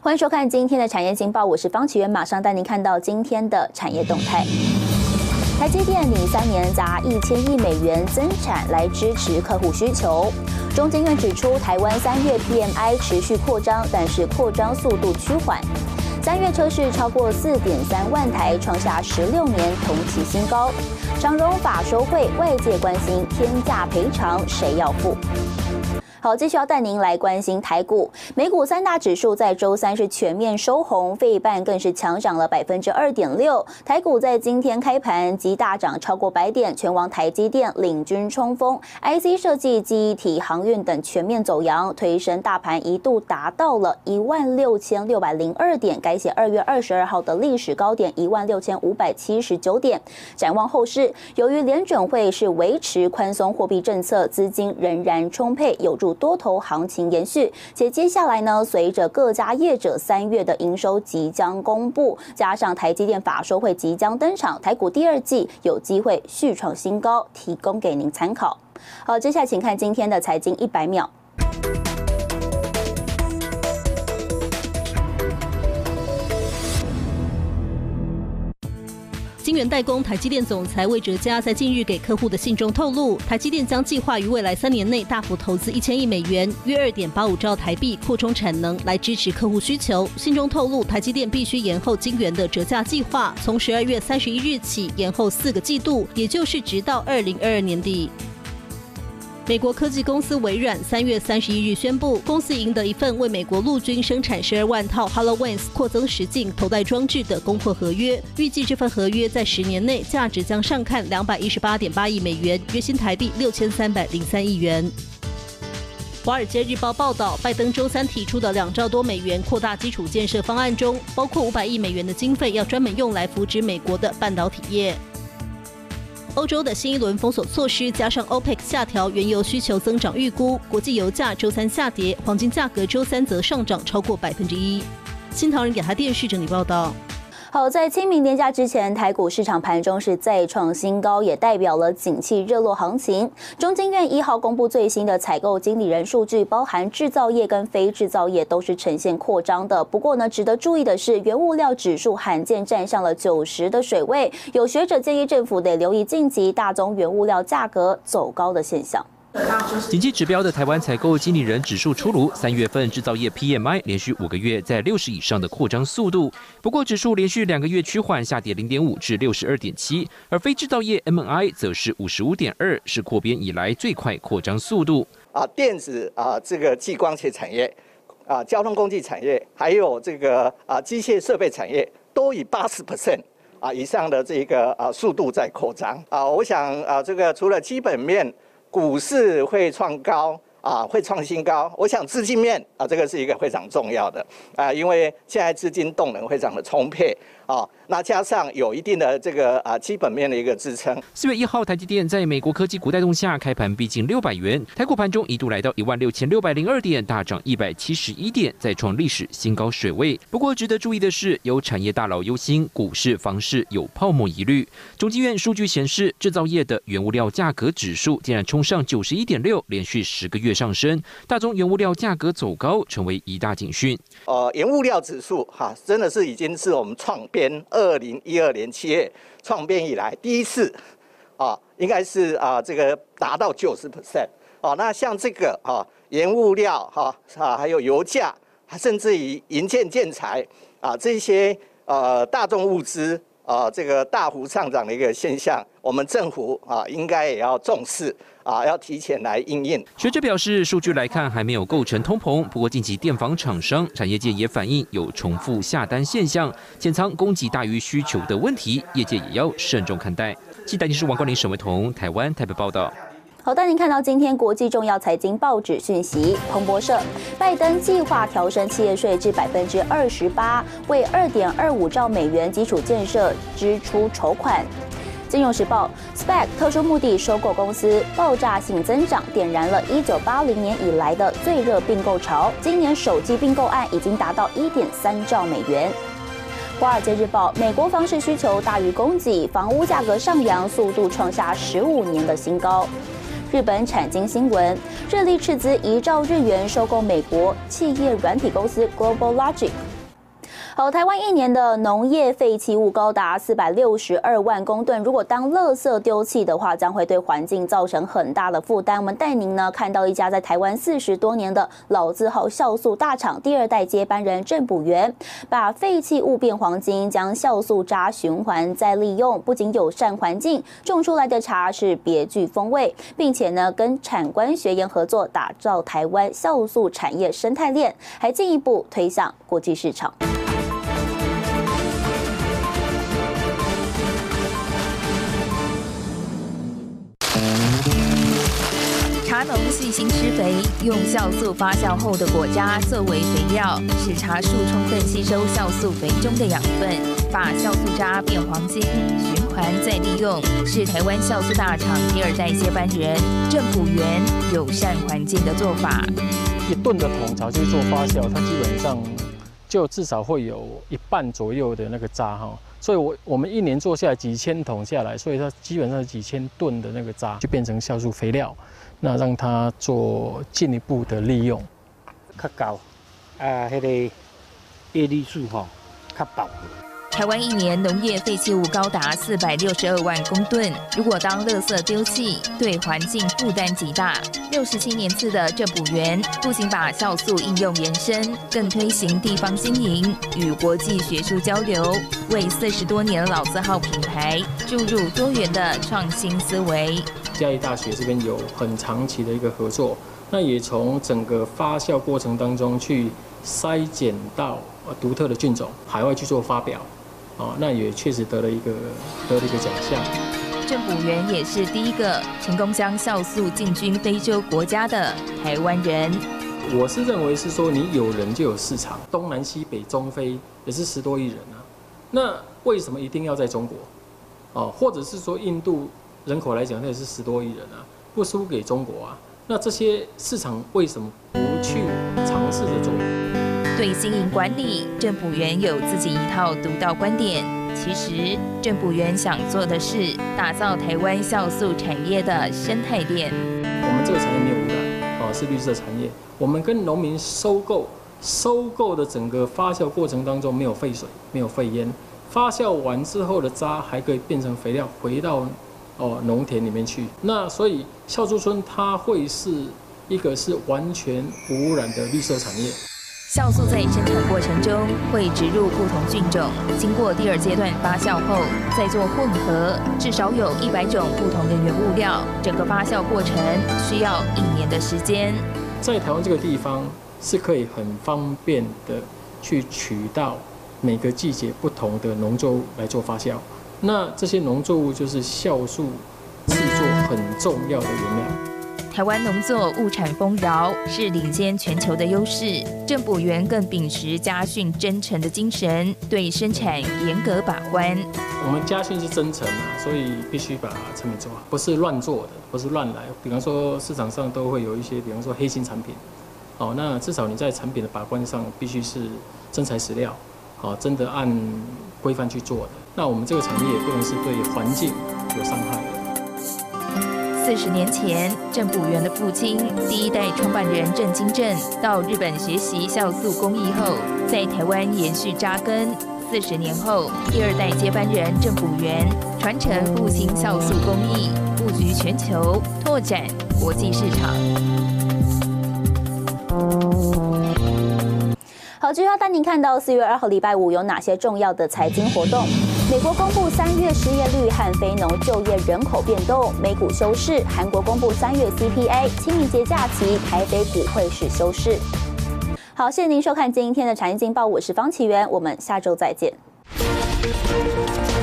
欢迎收看今天的产业经报，我是方启源，马上带您看到今天的产业动态。台积电拟3年砸1000亿美元增产来支持客户需求。中经院指出，台湾3月 PMI 持续扩张，但是扩张速度趋缓。3月车市超过4.3万台，创下16年同期新高。长荣法说会，外界关心天价赔偿谁要付？好，继续要带您来关心台股，美股3大指数在周三是全面收红，费半更是强涨了2.6%。台股在今天开盘即大涨超过100点，全网台积电领军冲锋 ，IC 设计、记忆体、航运等全面走扬，推升大盘一度达到了16602点，改写2月22号的历史高点16579点。展望后市，由于联准会是维持宽松货币政策，资金仍然充沛，有助多头行情延续，且接下来呢，随着各家业者3月的营收即将公布，加上台积电法说会即将登场，台股第2季有机会续创新高，提供给您参考。好，接下来请看今天的财经100秒。 晶圆代工台积电总裁魏哲嘉在近日给客户的信中透露，台积电将计划于未来3年内大幅投资1000亿美元，约2.85兆台币扩充产能，来支持客户需求。信中透露，台积电必须延后晶圆的折价计划，从12月31日起延后4个季度，也就是直到2022年底。美国科技公司微软3月31日宣布，公司赢得一份为美国陆军生产12万套 HoloLens 扩增实境头戴装置的供货合约，预计这份合约在10年内价值将上看218.8亿美元，约新台币6303亿元。华尔街日报报道，拜登周三提出的2兆多美元扩大基础建设方案中，包括500亿美元的经费要专门用来扶植美国的半导体业。欧洲的新一轮封锁措施，加上 OPEC 下调原油需求增长预估，国际油价周三下跌，黄金价格周三则上涨超过1%。新唐人亚太电视整理报道。 好，在清明连假之前，台股市场盘中是再创新高，也代表了景气热络行情。中经院1号公布最新的采购经理人数据，包含制造业跟非制造业都是呈现扩张的。不过呢，值得注意的是，原物料指数罕见站上了90的水位。有学者建议政府得留意近期大宗原物料价格走高的现象。 经济指标的台湾采购经理人指数出炉，3月份制造业 PMI 连续5个月在60以上的扩张速度，不过指数连续2个月趋缓，下跌0.5至62.7，而非制造业 MNI 则是55.2，是扩编以来最快扩张速度。 电子这个激光学产业交通工具产业，还有这个机械设备产业，都以80%。以上的这个速度在扩张我想这个除了基本面，股市会创高会创新高，我想资金面这个是一个非常重要的因为现在资金动能非常的充沛那加上有一定的这个基本面的一个支撑。 4月1号，台积电在美国科技股带动下，开盘逼近600元，台股盘中一度来到16602点，大涨171点，再创历史新高水位。不过值得注意的是，有产业大佬忧心股市房市有泡沫疑虑。中经院数据显示，制造业的原物料价格指数竟然冲上91.6，连续10个月上升，大宗原物料价格走高，成为一大警讯。 原物料指数真的是已经是我们创编2012年7月创编以来第一次应该是这个达到90%那像这个原物料还有油价，甚至于营建建材这些大众物资这个大幅上涨的一个现象，我们政府应该也要重视要提前来因应。 学者表示，数据来看还没有构成通膨，不过近期电房厂商、产业界也反映有重复下单现象，潜藏供给大于需求的问题，业界也要慎重看待。记者是王冠霖、沈维彤，台湾台北报道。 好，带您看到今天国际重要财经报纸讯息。彭博社，拜登计划调升企业税至28%，为2.25兆美元基础建设支出筹款。金融时报 ，SPAC 特殊目的收购公司爆炸性增长，点燃了1980年以来的最热并购潮。今年首季并购案已经达到1.3兆美元。华尔街日报，美国房市需求大于供给，房屋价格上扬速度创下15年的新高。日本产经新闻，日立斥资1兆日元收购美国企业软体公司 Global Logic。 好，台湾1年的农业废弃物高达462万公吨，如果当垃圾丢弃的话，将会对环境造成很大的负担。我们带您呢看到一家在台湾40多年的老字号酵素大厂第2代接班人郑补元，把废弃物变黄金，将酵素渣循环再利用，不仅友善环境，种出来的茶是别具风味，并且呢跟产官学研合作，打造台湾酵素产业生态链，还进一步推向国际市场。 茶农细心施肥，用酵素发酵后的果渣作为肥料，使茶树充分吸收酵素肥中的养分，把酵素渣变黄金，循环再利用，是台湾酵素大厂第2代接班人郑补元友善环境的做法。 1吨的桶槽去做发酵，它基本上就至少会有1半左右的那个渣哈。所以我们1年做下来几千桶下来，所以它基本上是几千吨的那个渣就变成酵素肥料，那让它做进一步的利用。 较高，迄个叶绿素吼较薄。 台湾1年农业废弃物高达462万公吨，如果当垃圾丢弃，对环境负担极大。67年次的郑补元不仅把酵素应用延伸，更推行地方经营与国际学术交流，为40多年老字号品牌注入多元的创新思维。 嘉义大学这边有很长期的一个合作，那也从整个发酵过程当中去筛检到独特的菌种，海外去做发表。那也确实得了一个奖项。 郑补元也是第一个成功将酵素进军非洲国家的台湾人。 我是认为是说，你有人就有市场，东南西北中非也是10多亿人啊，那为什么一定要在中国？或者是说印度人口来讲，那也是10多亿人啊，不输给中国啊？那这些市场为什么不去尝试着做？ 对经营管理，郑补元有自己一套独到观点。其实，郑补元想做的是打造台湾酵素产业的生态链。 我们这个产业没有污染，是绿色产业。我们跟农民收购的整个发酵过程当中没有废水，没有废烟，发酵完之后的渣还可以变成肥料，回到农田里面去。那所以酵素村它会是一个是完全无污染的绿色产业。 酵素在生产过程中会植入不同菌种，经过第2阶段发酵后，再做混合，至少有100种不同的原物料。整个发酵过程需要1年的时间。 在台湾这个地方是可以很方便的去取到每个季节不同的农作物来做发酵。那这些农作物就是酵素制作很重要的原料。 台湾农作物产丰饶，是领先全球的优势。郑补元更秉持家训真诚的精神，对生产严格把关。 我们家训是真诚所以必须把产品做好，不是乱做的，不是乱来。比方说市场上都会有一些，比方说黑心产品，那至少你在产品的把关上必须是真材实料，真的按规范去做的。那我们这个产业也不能是对环境有伤害的。 40年前，郑补元的父亲第1代创办人郑金正到日本学习酵素工艺后，在台湾延续扎根。40年后，第2代接班人郑补元传承复兴酵素工艺，布局全球，拓展国际市场。 好，接下来带您看到4月2号礼拜五有哪些重要的财经活动。美国公布3月失业率和非农就业人口变动，美股休市。韩国公布3月 CPI， 清明节假期台北股会是休市。好，谢谢您收看今天的产业劲报，我是方启源，我们下周再见。